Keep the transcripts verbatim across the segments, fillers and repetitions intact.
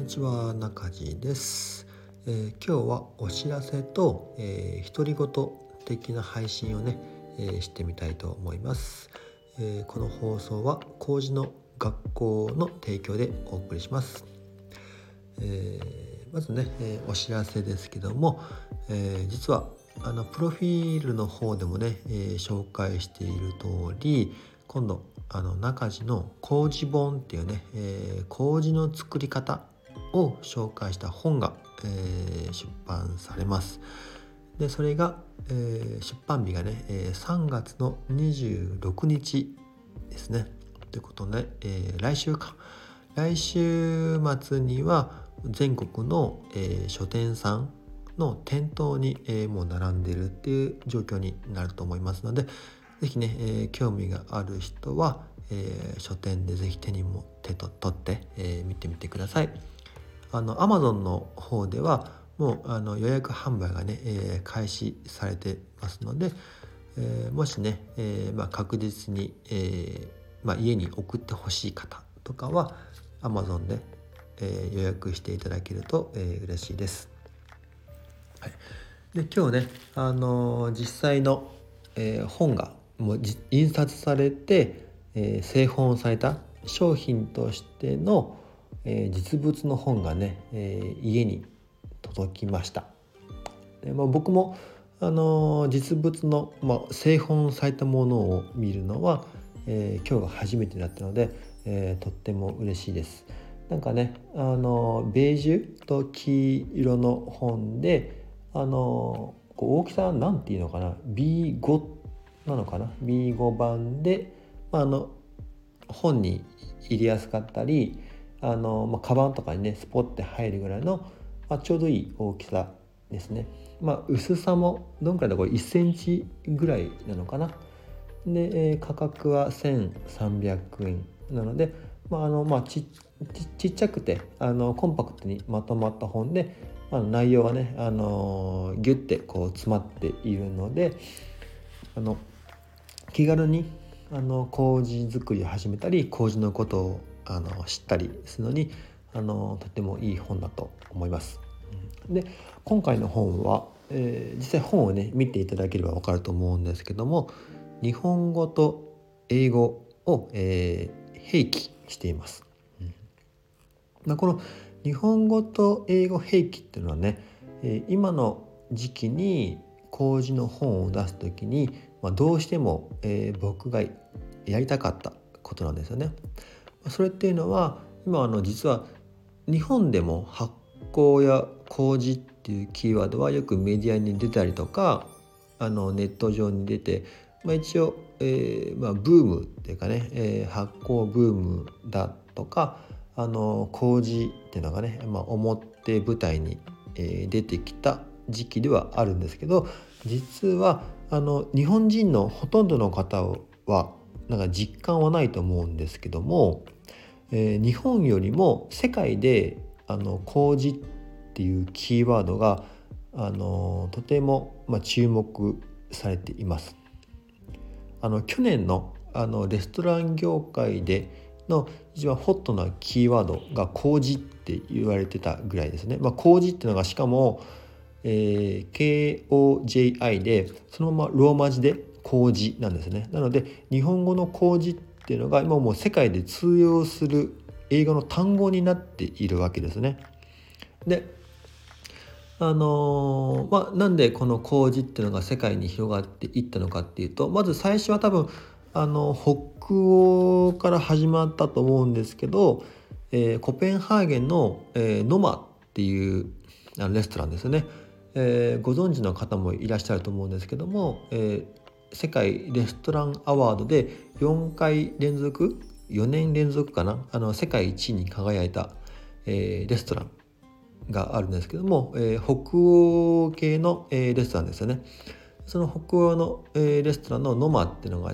ちは、中地です、えー、今日はお知らせと、えー、独り言的な配信をね、えー、してみたいと思います、えー、この放送は麹の学校の提供でお送りします、えー、まずね、えー、お知らせですけども、えー、実はあのプロフィールの方でもね、えー、紹介している通り、今度あの中地の麹本っていうね、えー、麹の作り方を紹介した本が、えー、出版されます。でそれが、えー、出版日がね、えー、さんがつのにじゅうろくにちですね。ということで、えー、来週か来週末には全国の、えー、書店さんの店頭に、えー、もう並んでいるっていう状況になると思いますので、ぜひね、えー、興味がある人は、えー、書店でぜひ手にも手と取って、えー、見てみてください。あの Amazon の方ではもうあの予約販売がね、えー、開始されてますので、えー、もしね、えーまあ、確実に、えーまあ、家に送ってほしい方とかは Amazon で、えー、予約していただけると、えー、嬉しいです。はい、で今日ね、あのー、実際の、えー、本がもう印刷されて、えー、製本された商品としての、えー、実物の本がね、えー、家に届きました。で、まあ、僕も、あのー、実物の、まあ、製本されたものを見るのは、えー、今日が初めてだったので、えー、とっても嬉しいです。なんかね、あのー、ベージュと黄色の本で、あのこう大きさなんていうのかな ビーご なのかな ビーご 版で、まあ、あの本に入れやすかったり、あの、まあ、カバンとかにねスポッて入るぐらいの、まあ、ちょうどいい大きさですね。まあ薄さもどんくらいだこれいっセンチぐらいなのかな。で、えー、価格はせんさんびゃくえんなので、まああのまあ、ち, ち, ちっちゃくてあのコンパクトにまとまった本で、まあ、内容はね、あのー、ギュッてこう詰まっているので、あの気軽にあの麹作りを始めたり麹のことをあの知ったりするのにあのとてもいい本だと思います。で今回の本は、えー、実際本をね見ていただければ分かると思うんですけども、日本語と英語を、えー、併記しています。うんまあ、この日本語と英語併記っていうのはね、えー、今の時期に麹の本を出すときに、まあ、どうしても、えー、僕がやりたかったことなんですよね。それっていうのは今あの実は日本でも発酵や麹っていうキーワードはよくメディアに出たりとか、あのネット上に出て、まあ、一応、えーまあ、ブームっていうかね、えー、発酵ブームだとかあの麹っていうのがね、まあ、表舞台に、えー、出てきた時期ではあるんですけど、実はあの日本人のほとんどの方はなんか実感はないと思うんですけども、えー、日本よりも世界であの麹っていうキーワードがあのとても、まあ、注目されています。あの去年のあのレストラン業界での一番ホットなキーワードが麹って言われてたぐらいですね。まあ、麹っていうのがしかも、えー、ケーオージェーアイ でそのままローマ字で麹なんですね。なので日本語の麹っていうのが今もう世界で通用する英語の単語になっているわけですね。であのーまあ、なんでこの麹っていうのが世界に広がっていったのかっていうと、まず最初は多分あの北欧から始まったと思うんですけど、えー、コペンハーゲンの、えー、ノマっていうあのレストランですね、えー、ご存知の方もいらっしゃると思うんですけども、えー、世界レストランアワードでよんかい連続よねん連続かな、あの世界一に輝いた、えー、レストランがあるんですけども、えー、北欧系の、えー、レストランですよね。その北欧の、えー、レストランのノマっていうのがあって、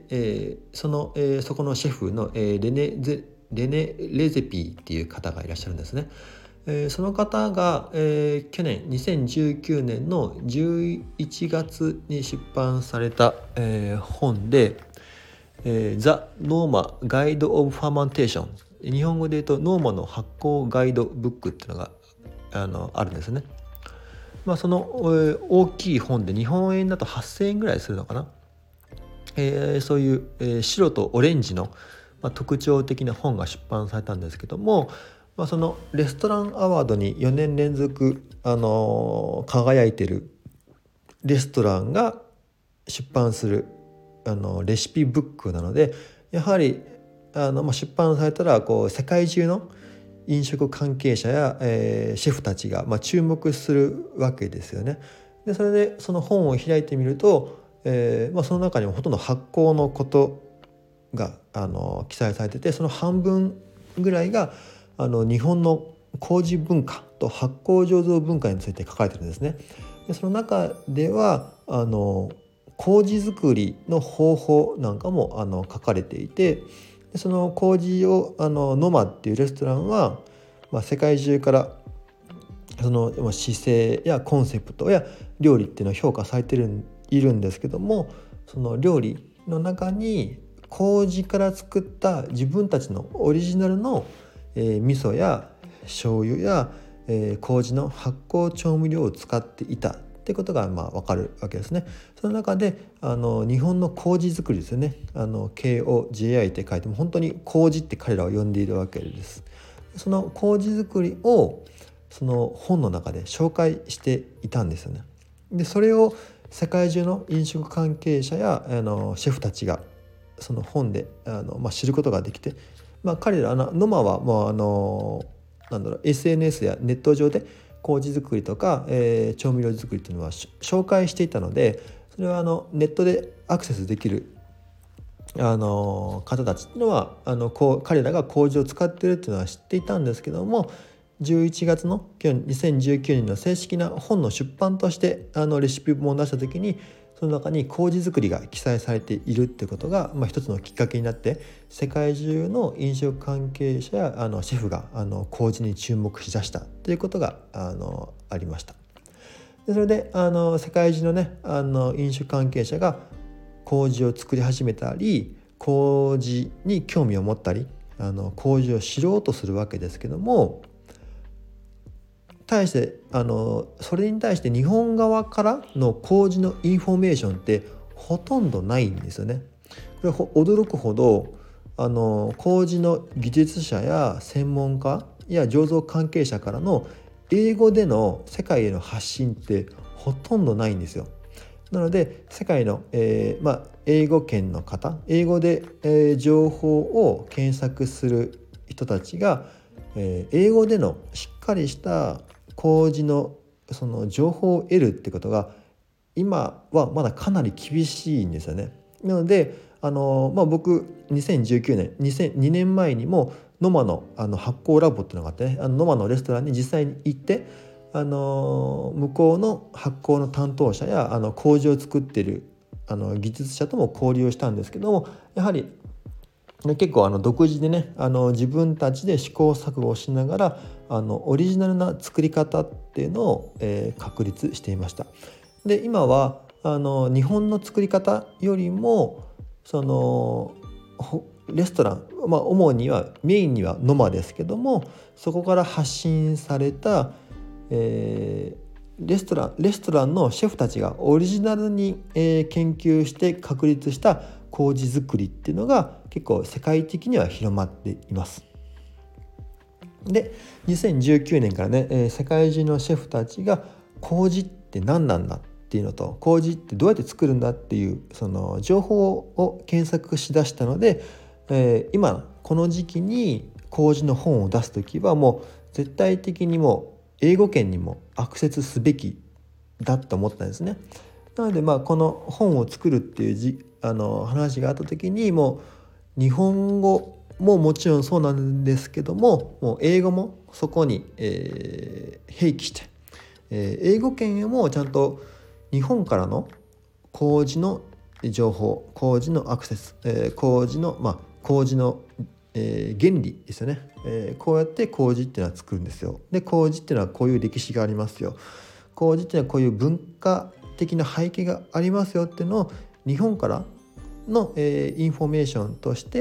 えー、その、えー、そこのシェフの、えー、レネゼレネレゼピーっていう方がいらっしゃるんですね。えー、その方が、えー、去年にせんじゅうきゅうねんのじゅういちがつに出版された、えー、本で、えー、The Noma Guide of Fermentation 日本語で言うとノーマの発酵ガイドブックっていうのがあのあるんですね。まあ、その、えー、大きい本で日本円だとはっせんえんぐらいするのかな、えー、そういう、えー、白とオレンジの、まあ、特徴的な本が出版されたんですけども、まあ、そのレストランアワードによねん連続、あのー輝いてるレストランが出版するあのレシピブックなので、やはりあの、まあ、出版されたらこう世界中の飲食関係者や、えー、シェフたちが、まあ、注目するわけですよね。でそれでその本を開いてみると、えーまあ、その中にもほとんど発酵のことがあの記載されてて、その半分ぐらいがあの日本の麹文化と発酵醸造文化について書かれてるんですね。でその中ではあの麹作りの方法なんかもあの書かれていて、でその麹をあのノマっていうレストランは、まあ、世界中からその姿勢やコンセプトや料理っていうのを評価されてるいるんですけども、その料理の中に麹から作った自分たちのオリジナルの、えー、味噌や醤油や、えー、麹の発酵調味料を使っていたってことがまあ分かるわけですね。その中であの日本の麹作りですよね、あの ケーオージェーアイ って書いても本当に麹って彼らは呼んでいるわけです。その麹作りをその本の中で紹介していたんですよね。でそれを世界中の飲食関係者やあのシェフたちがその本であの、まあ、知ることができて、まあ、彼らのノマはもうあのなんだろう エスエヌエス やネット上で麹作りとか、えー、調味料作りというのは紹介していたので、それはあのネットでアクセスできるあの方たちっていうのはあのこう彼らが麹を使っているっていうのは知っていたんですけども、じゅういちがつのにせんじゅうきゅうねんの正式な本の出版としてあのレシピ本を出した時に、その中に麹作りが記載されているってことが、まあ、一つのきっかけになって、世界中の飲食関係者やあのシェフがあの麹に注目しだしたということがあのありました。でそれであの世界中のねあの飲食関係者が麹を作り始めたり、麹に興味を持ったり、あの麹を知ろうとするわけですけども、対してあのそれに対して日本側からの麹のインフォメーションってほとんどないんですよね。これ驚くほどあの麹の技術者や専門家や醸造関係者からの英語での世界への発信ってほとんどないんですよ。なので世界の、えーまあ、英語圏の方、英語で、えー、情報を検索する人たちが、えー、英語でのしっかりした麹のその情報を得るってことが今はまだかなり厳しいんですよね。なのであの、まあ、僕にせんじゅうきゅうねんにせんにねんまえにもノマの、あの発酵ラボっていうのがあってね、あのノマのレストランに実際に行ってあの向こうの発酵の担当者やあの麹を作ってるあの技術者とも交流をしたんですけども、やはり結構あの独自でねあの自分たちで試行錯誤をしながらあのオリジナルな作り方っていうのを、えー、確立していました。で今はあの日本の作り方よりもそのレストラン、まあ、主にはメインにはノマですけども、そこから発信された、えー、レストランレストランのシェフたちがオリジナルに、えー、研究して確立した麹作りっていうのが結構世界的には広まっています。でにせんじゅうきゅうねんからね、えー、世界中のシェフたちが麹って何なんだっていうのと、麹ってどうやって作るんだっていうその情報を検索しだしたので、えー、今この時期に麹の本を出す時はもう絶対的にもう英語圏にもアクセスすべきだと思ったんですね。なのでまあこの本を作るっていうじあの話があった時に、もう日本語ももちろんそうなんですけども、もう英語もそこに、えー、併記して、えー、英語圏へもちゃんと日本からの麹の情報、麹のアクセス、えー、麹のまあ麹の、えー、原理ですよね、えー、こうやって麹っていうのは作るんですよ。で麹っていうのはこういう歴史がありますよ、麹っていうのはこういう文化的な背景がありますよっていうのを日本からの、えー、インフォメーションとして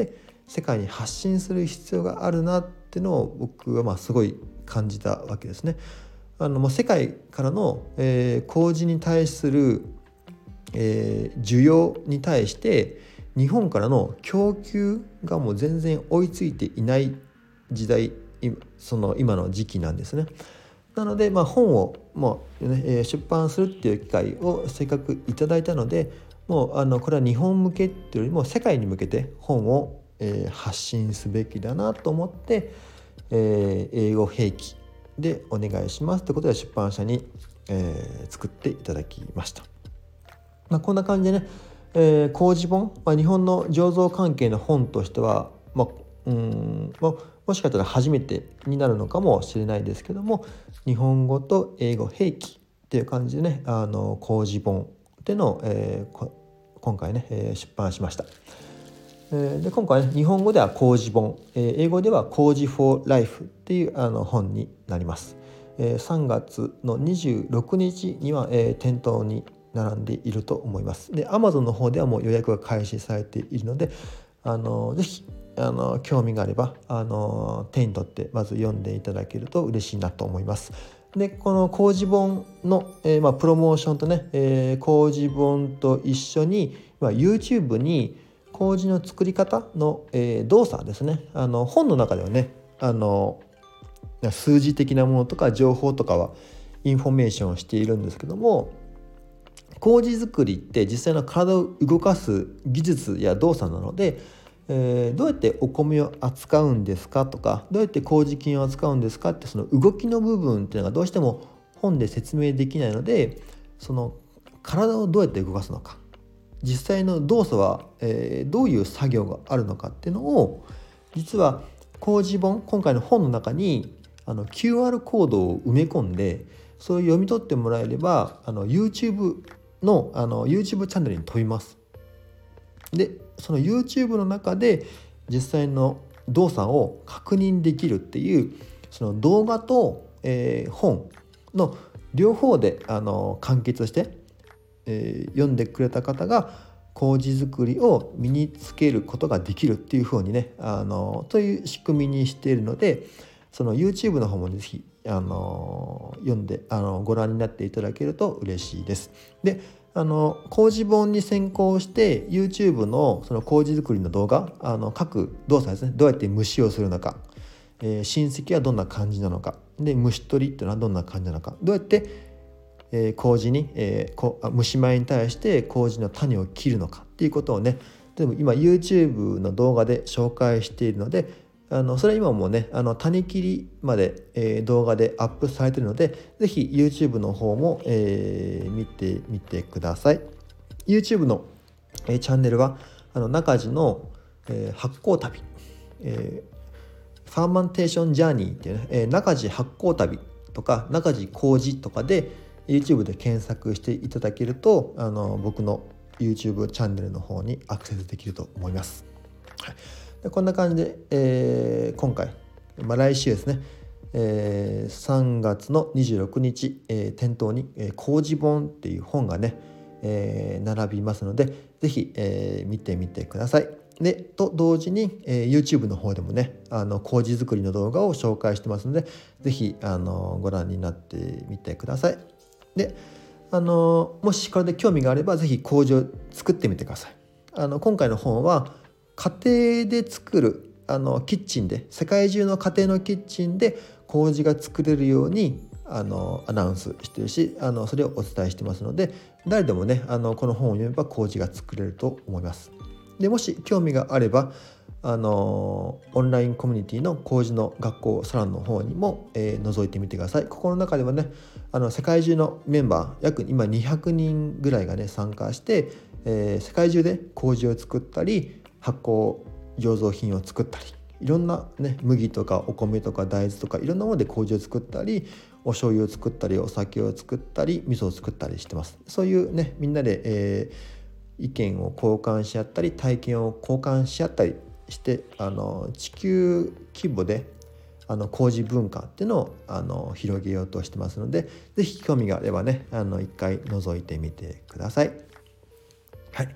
世界に発信する必要があるなっていうのを僕はまあすごい感じたわけですね。あのもう世界からの、えー、麹に対する、えー、需要に対して日本からの供給がもう全然追いついていない時代、その今の時期なんですね。なので、まあ、本をもう、ね、出版するっていう機会をせっかくいただいたので、もうあのこれは日本向けっていうよりも世界に向けて本を、えー、発信すべきだなと思って、えー、英語併記でお願いしますということで出版社に、えー、作っていただきました。まあ、こんな感じでね、えー、麹本、まあ、日本の醸造関係の本としては、まあうーんまあ、もしかしたら初めてになるのかもしれないですけども、日本語と英語併記っていう感じでね、あの麹本っていうのを、えー、今回ね、えー、出版しました。えー、で今回ね、日本語では麹本、えー、英語では麹 for life っていうあの本になります。えー、さんがつのにじゅうろくにちには、えー、店頭に並んでいると思います。で Amazon の方ではもう予約が開始されているので、あのぜひあの興味があればあの手に取ってまず読んでいただけると嬉しいなと思います。でこの麹本の、えーまあ、プロモーションとね、えー、麹本と一緒に、まあ、YouTube に麹の作り方の、えー、動作ですね、あの本の中ではね、あの数字的なものとか情報とかはインフォメーションをしているんですけども、麹作りって実際の体を動かす技術や動作なので、えー、どうやってお米を扱うんですかとか、どうやって麹菌を扱うんですかって、その動きの部分っていうのがどうしても本で説明できないので、その体をどうやって動かすのか、実際の動作は、えー、どういう作業があるのかっていうのを、実は麹本、今回の本の中にあの キューアール コードを埋め込んで、それを読み取ってもらえればあの YouTube の, あの YouTube チャンネルに飛びます。でその YouTube の中で実際の動作を確認できるっていう、その動画と、えー、本の両方であの完結して、えー、読んでくれた方が麹作りを身につけることができるっていう風にね、あのという仕組みにしているので、その YouTube の方もぜひあの読んであのご覧になっていただけると嬉しいです。であの麹本に先行して YouTube のその麹作りの動画、あの各動作ですね、どうやって蒸しをするのか、えー、浸漬はどんな感じなのか、で蒸し取りっていうのはどんな感じなのか、どうやって、えー、麹に、えー、こ蒸し米に対して麹の種を切るのかっていうことをね、でも今 YouTube の動画で紹介しているので、あのそれは今もね、あの種切りまで、えー、動画でアップされているので、ぜひ YouTube の方も、えー、見てみてください。 YouTube の、えー、チャンネルはあの中地の、えー、発酵旅、えー、ファーマンテーションジャーニーっていうね、えー、中地発酵旅とか中地麹とかで YouTube で検索していただけると、あの僕の YouTube チャンネルの方にアクセスできると思います。はい、でこんな感じで、えー、今回、まあ、来週ですね、えー、さんがつのにじゅうろくにち、えー、店頭に、えー、麹本っていう本がね、えー、並びますので、ぜひ、えー、見てみてください。でと同時に、えー、YouTube の方でもね、あの麹作りの動画を紹介してますので、ぜひあのご覧になってみてください。であのもしこれで興味があれば、ぜひ麹を作ってみてください。あの今回の本は家庭で作るあのキッチンで、世界中の家庭のキッチンで麹が作れるようにあのアナウンスしてるし、あのそれをお伝えしてますので、誰でもね、あのこの本を読めば麹が作れると思います。でもし興味があれば、あのオンラインコミュニティの麹の学校サロンの方にも、えー、覗いてみてください。ここの中ではね、あの世界中のメンバー約今にひゃくにんぐらいがね参加して、えー、世界中で麹を作ったり発酵醸造品を作ったり、いろんなね麦とかお米とか大豆とかいろんなもので麹を作ったり、お醤油を作ったり、お酒を作ったり、味噌を作ったりしてます。そういうねみんなで、えー、意見を交換し合ったり、体験を交換し合ったりして、あの地球規模であの麹文化っていうのをあの広げようとしてますので、ぜひ興味があればね、あの一回覗いてみてください。はい、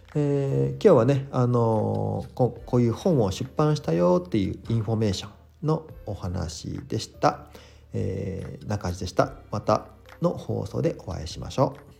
えー今日はね、あのーここういう本を出版したよっていうインフォメーションのお話でした。えー中地でした。またの放送でお会いしましょう。